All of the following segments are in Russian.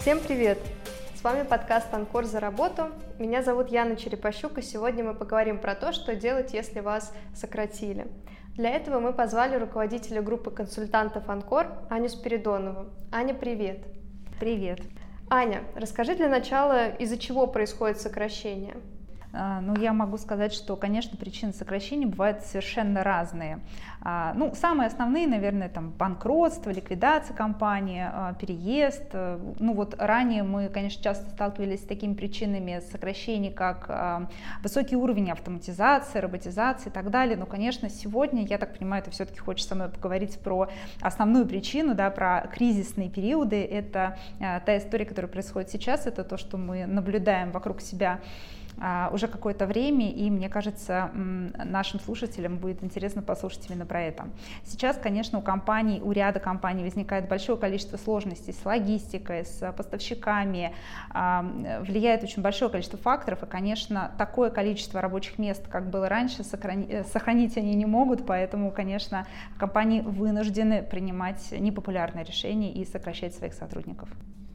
Всем привет! С вами подкаст «Анкор за работу». Меня зовут Яна Черепащук, и сегодня мы поговорим про то, что делать, если вас сократили. Для этого мы позвали руководителя группы консультантов «Анкор» Аню Спиридонову. Аня, привет! Привет! Аня, расскажи для начала, из-за чего происходит сокращение? Я могу сказать, что, конечно, причины сокращения бывают совершенно разные. Самые основные, наверное, банкротство, ликвидация компании, переезд. Ранее мы, конечно, часто сталкивались с такими причинами сокращений, как высокий уровень автоматизации, роботизации и так далее. Но, конечно, сегодня, я так понимаю, ты все-таки хочешь со мной поговорить про основную причину, про кризисные периоды. Это та история, которая происходит сейчас, это то, что мы наблюдаем вокруг себя уже какое-то время, и мне кажется, нашим слушателям будет интересно послушать именно про это. Сейчас, конечно, у ряда компаний возникает большое количество сложностей с логистикой, с поставщиками, влияет очень большое количество факторов, и, конечно, такое количество рабочих мест, как было раньше, сохранить они не могут, поэтому, конечно, компании вынуждены принимать непопулярные решения и сокращать своих сотрудников.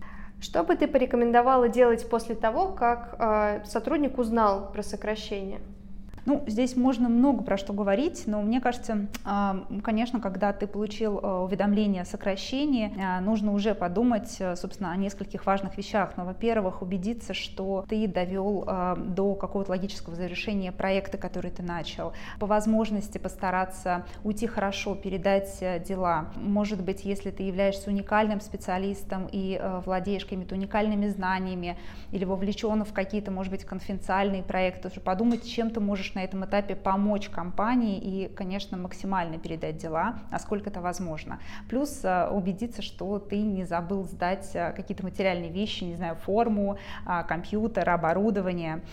Что бы ты порекомендовала делать после того, как сотрудник узнал про сокращение? Здесь можно много про что говорить, но мне кажется, конечно, когда ты получил уведомление о сокращении, нужно уже подумать, собственно, о нескольких важных вещах. Во-первых, убедиться, что ты довел до какого-то логического завершения проекта, который ты начал. По возможности постараться уйти хорошо, передать дела. Может быть, если ты являешься уникальным специалистом и владеешь какими-то уникальными знаниями или вовлечен в какие-то, может быть, конфиденциальные проекты, уже подумать, чем ты можешь на этом этапе помочь компании и, конечно, максимально передать дела, насколько это возможно. Плюс убедиться, что ты не забыл сдать какие-то материальные вещи, не знаю, форму, компьютер, оборудование.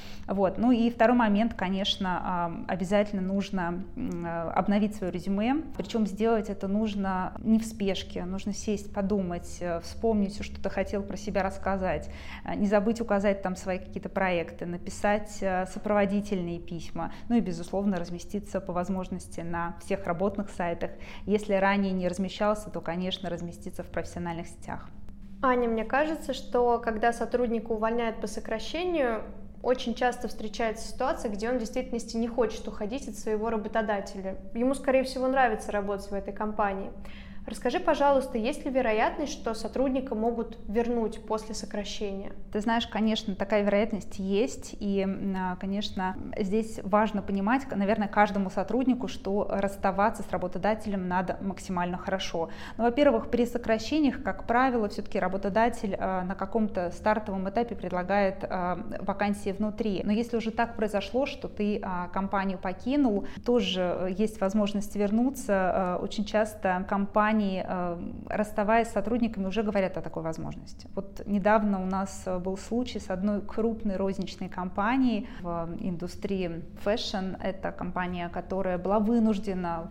И второй момент, конечно, обязательно нужно обновить свое резюме, причем сделать это нужно не в спешке, нужно сесть, подумать, вспомнить все, что ты хотел про себя рассказать, не забыть указать там свои какие-то проекты, написать сопроводительные письма, и, безусловно, разместиться по возможности на всех работных сайтах. Если ранее не размещался, то, конечно, разместиться в профессиональных сетях. Аня, мне кажется, что когда сотрудника увольняют по сокращению, очень часто встречается ситуация, где он в действительности не хочет уходить от своего работодателя. Ему, скорее всего, нравится работать в этой компании. Расскажи, пожалуйста, есть ли вероятность, что сотрудника могут вернуть после сокращения? Ты знаешь, конечно, такая вероятность есть, и, конечно, здесь важно понимать, наверное, каждому сотруднику, что расставаться с работодателем надо максимально хорошо. Во-первых, при сокращениях, как правило, все-таки работодатель на каком-то стартовом этапе предлагает вакансии внутри. Но если уже так произошло, что ты компанию покинул, тоже есть возможность вернуться. Очень часто компании, расставаясь с сотрудниками, уже говорят о такой возможности. Недавно у нас был случай с одной крупной розничной компанией в индустрии фэшн. Это компания, которая была вынуждена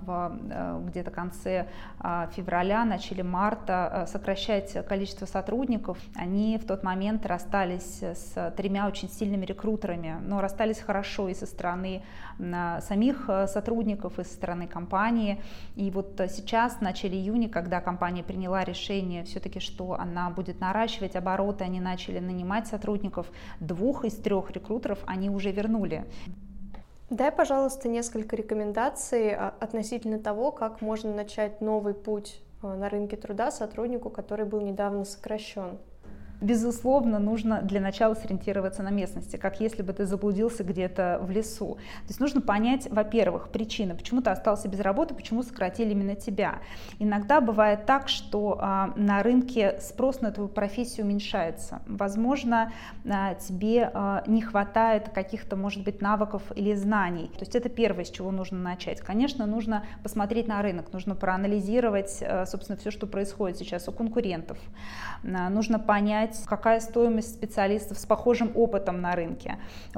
в где-то конце февраля, начале марта сокращать количество сотрудников. Они в тот момент расстались с 3 очень сильными рекрутерами, но расстались хорошо и со стороны самих сотрудников, и со стороны компании. И сейчас, в начале июня, когда компания приняла решение все-таки, что она будет наращивать обороты, они начали нанимать сотрудников, 2 из 3 рекрутеров они уже вернули. Дай, пожалуйста, несколько рекомендаций относительно того, как можно начать новый путь на рынке труда сотруднику, который был недавно сокращен. Безусловно, нужно для начала сориентироваться на местности, как если бы ты заблудился где-то в лесу. То есть нужно понять, во-первых, причины, почему ты остался без работы, почему сократили именно тебя. Иногда бывает так, что на рынке спрос на твою профессию уменьшается. Возможно, тебе не хватает каких-то, может быть, навыков или знаний. То есть это первое, с чего нужно начать. Конечно, нужно посмотреть на рынок, нужно проанализировать, собственно, все, что происходит сейчас у конкурентов. Нужно понять, какая стоимость специалистов с похожим опытом на рынке.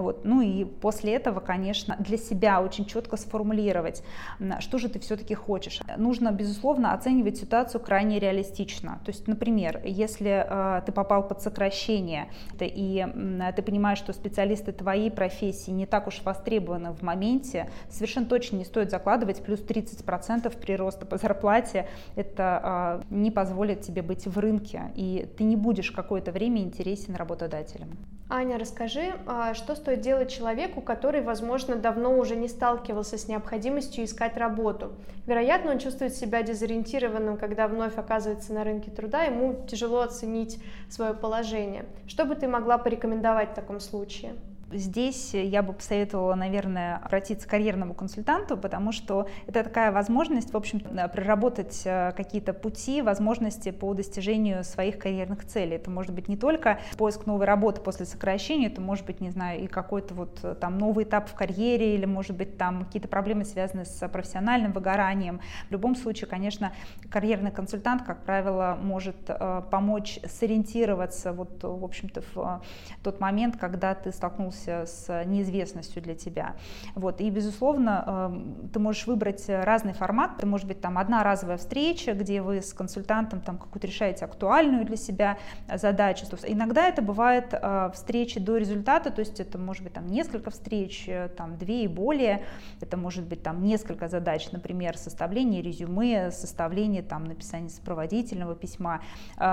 И после этого, конечно, для себя очень четко сформулировать, что же ты все-таки хочешь. Нужно, безусловно, оценивать ситуацию крайне реалистично. То есть, например, если ты попал под сокращение, и ты понимаешь, что специалисты твоей профессии не так уж востребованы в моменте, совершенно точно не стоит закладывать плюс 30% прироста по зарплате. Это не позволит тебе быть в рынке, и ты не будешь какое-то какое-то время интересен работодателям. Аня, расскажи, что стоит делать человеку, который, возможно, давно уже не сталкивался с необходимостью искать работу? Вероятно, он чувствует себя дезориентированным, когда вновь оказывается на рынке труда, ему тяжело оценить свое положение. Что бы ты могла порекомендовать в таком случае? Здесь я бы посоветовала, наверное, обратиться к карьерному консультанту, потому что это такая возможность, в общем, проработать какие-то пути, возможности по достижению своих карьерных целей. Это может быть не только поиск новой работы после сокращения, это может быть, не знаю, и какой-то вот там новый этап в карьере, или, может быть, там какие-то проблемы, связанные с профессиональным выгоранием. В любом случае, конечно, карьерный консультант, как правило, может помочь сориентироваться вот, в общем-то, в тот момент, когда ты столкнулся с неизвестностью для тебя. Вот. И, безусловно, ты можешь выбрать разный формат. Это может быть там одна разовая встреча, где вы с консультантом там какую-то решаете актуальную для себя задачу. Иногда это бывает встречи до результата, то есть это может быть там несколько встреч, там 2 и более. Это может быть там несколько задач, например, составление резюме, составление там написание сопроводительного письма.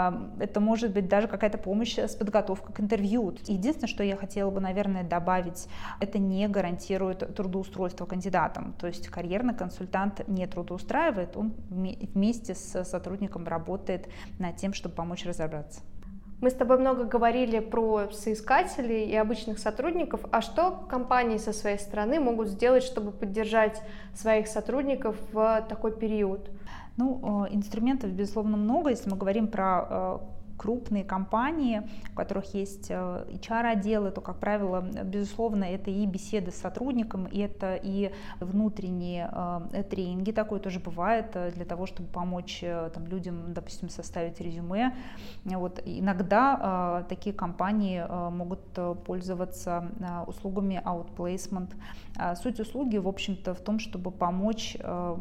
Это может быть даже какая-то помощь с подготовкой к интервью. Единственное, что я хотела бы, наверное, добавить, это не гарантирует трудоустройство кандидатам. То есть карьерный консультант не трудоустраивает, он вместе с сотрудником работает над тем, чтобы помочь разобраться. Мы с тобой много говорили про соискателей и обычных сотрудников, а что компании со своей стороны могут сделать, чтобы поддержать своих сотрудников в такой период? Ну, инструментов, безусловно, много. Если мы говорим про крупные компании, у которых есть HR-отделы, то, как правило, безусловно, это и беседы с сотрудником, и это и внутренние тренинги, такое тоже бывает, для того, чтобы помочь там, людям, допустим, составить резюме. Вот. Иногда такие компании могут пользоваться услугами outplacement. Суть услуги, в общем-то, в том, чтобы помочь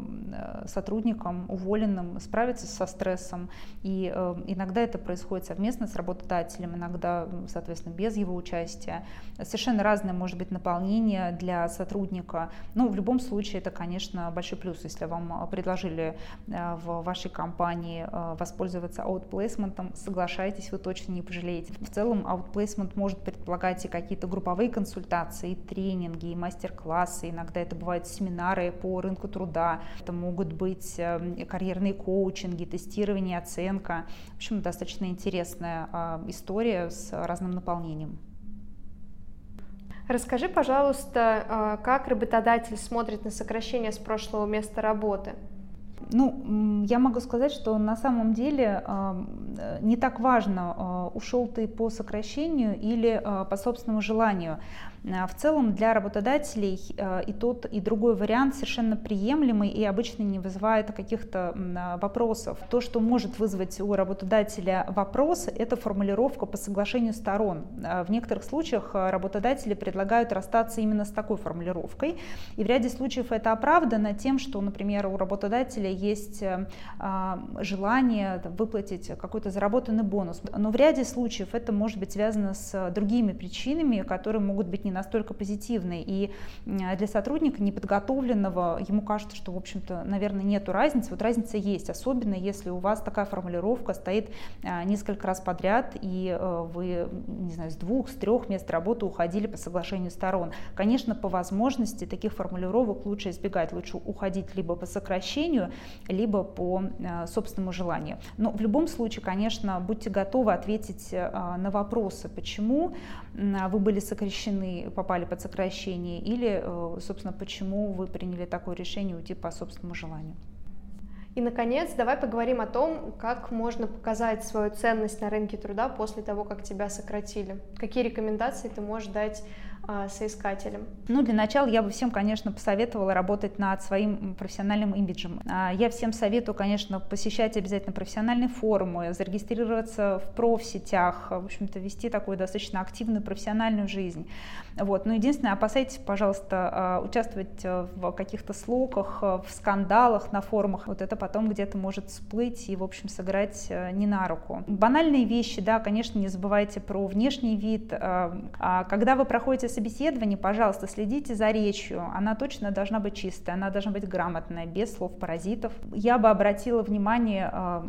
сотрудникам, уволенным, справиться со стрессом, и иногда это происходит совместно с работодателем, иногда, соответственно, без его участия. Совершенно разное может быть наполнение для сотрудника. Но в любом случае это, конечно, большой плюс, если вам предложили в вашей компании воспользоваться outplacement'ом, соглашайтесь, вы точно не пожалеете. В целом outplacement может предполагать и какие-то групповые консультации, и тренинги, и мастер-классы, иногда это бывают семинары по рынку труда, это могут быть карьерные коучинги, тестирование, оценка. В общем, достаточно интересная история с разным наполнением. Расскажи, пожалуйста, как работодатель смотрит на сокращение с прошлого места работы? Ну, я могу сказать, что на самом деле не так важно, ушел ты по сокращению или по собственному желанию. В целом для работодателей и тот, и другой вариант совершенно приемлемый и обычно не вызывает каких-то вопросов. То, что может вызвать у работодателя вопросы, это формулировка по соглашению сторон. В некоторых случаях работодатели предлагают расстаться именно с такой формулировкой, и в ряде случаев это оправдано тем, что, например, у работодателя есть желание выплатить какой-то заработанный бонус. Но в ряде случаев это может быть связано с другими причинами, которые могут быть не настолько позитивные. И для сотрудника неподготовленного ему кажется, что, в общем-то, наверное, нету разницы. Вот разница есть, особенно если у вас такая формулировка стоит несколько раз подряд, и вы, не знаю, с 2, с 3 мест работы уходили по соглашению сторон. Конечно, по возможности таких формулировок лучше избегать, лучше уходить либо по сокращению, либо по собственному желанию. Но в любом случае, конечно, будьте готовы ответить на вопросы, почему вы были сокращены, попали под сокращение, или, собственно, почему вы приняли такое решение уйти по собственному желанию. И, наконец, давай поговорим о том, как можно показать свою ценность на рынке труда после того, как тебя сократили. Какие рекомендации ты можешь дать соискателям? Ну, для начала я бы всем, конечно, посоветовала работать над своим профессиональным имиджем. Я всем советую, конечно, посещать обязательно профессиональные форумы, зарегистрироваться в профсетях, в общем-то, вести такую достаточно активную профессиональную жизнь. Вот. Но единственное, опасайтесь, пожалуйста, участвовать в каких-то слухах, в скандалах на форумах. Вот это потом где-то может всплыть и, в общем, сыграть не на руку. Банальные вещи, да, конечно, не забывайте про внешний вид. Когда вы проходите собеседование, пожалуйста, следите за речью. Она точно должна быть чистая, она должна быть грамотная, без слов-паразитов. Я бы обратила внимание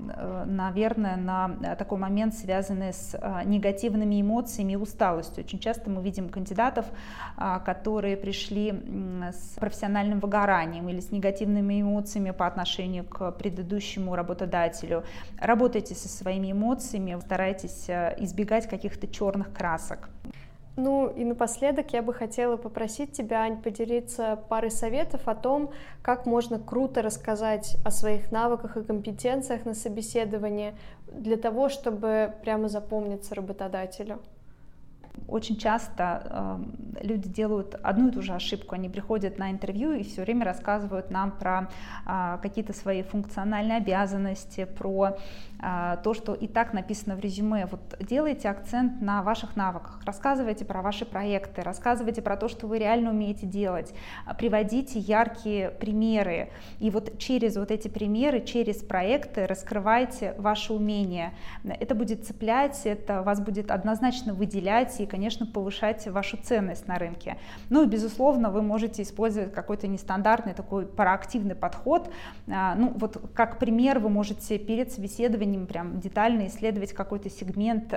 наверное, на такой момент, связанный с негативными эмоциями и усталостью. Очень часто мы видим кандидатов, которые пришли с профессиональным выгоранием или с негативными эмоциями по отношению к предыдущему работодателю. Работайте со своими эмоциями, старайтесь избегать каких-то черных красок. Ну и напоследок я бы хотела попросить тебя, Ань, поделиться парой советов о том, как можно круто рассказать о своих навыках и компетенциях на собеседовании для того, чтобы прямо запомниться работодателю. Очень часто люди делают одну и ту же ошибку. Они приходят на интервью и все время рассказывают нам про какие-то свои функциональные обязанности, про то, что и так написано в резюме. Вот делайте акцент на ваших навыках, рассказывайте про ваши проекты, рассказывайте про то, что вы реально умеете делать, приводите яркие примеры. И вот через вот эти примеры, через проекты раскрывайте ваши умения. Это будет цеплять, это вас будет однозначно выделять и, конечно, повышать вашу ценность на рынке. Ну и, безусловно, вы можете использовать какой-то нестандартный такой проактивный подход. Ну вот как пример вы можете перед собеседованием прям детально исследовать какой-то сегмент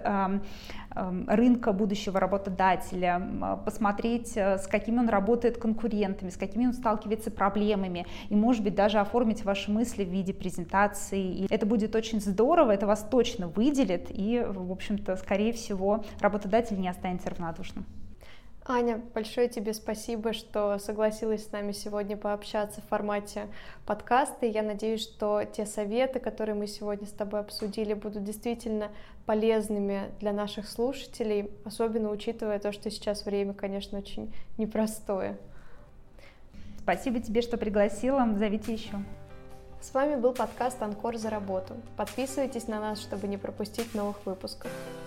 рынка будущего работодателя, посмотреть, с какими он работает конкурентами, с какими он сталкивается проблемами, и, может быть, даже оформить ваши мысли в виде презентации. И это будет очень здорово, это вас точно выделит, и, в общем-то, скорее всего, работодатель не останется равнодушным. Аня, большое тебе спасибо, что согласилась с нами сегодня пообщаться в формате подкаста. Я надеюсь, что те советы, которые мы сегодня с тобой обсудили, будут действительно полезными для наших слушателей, особенно учитывая то, что сейчас время, конечно, очень непростое. Спасибо тебе, что пригласила. Зовите еще. С вами был подкаст «Анкор за работу». Подписывайтесь на нас, чтобы не пропустить новых выпусков.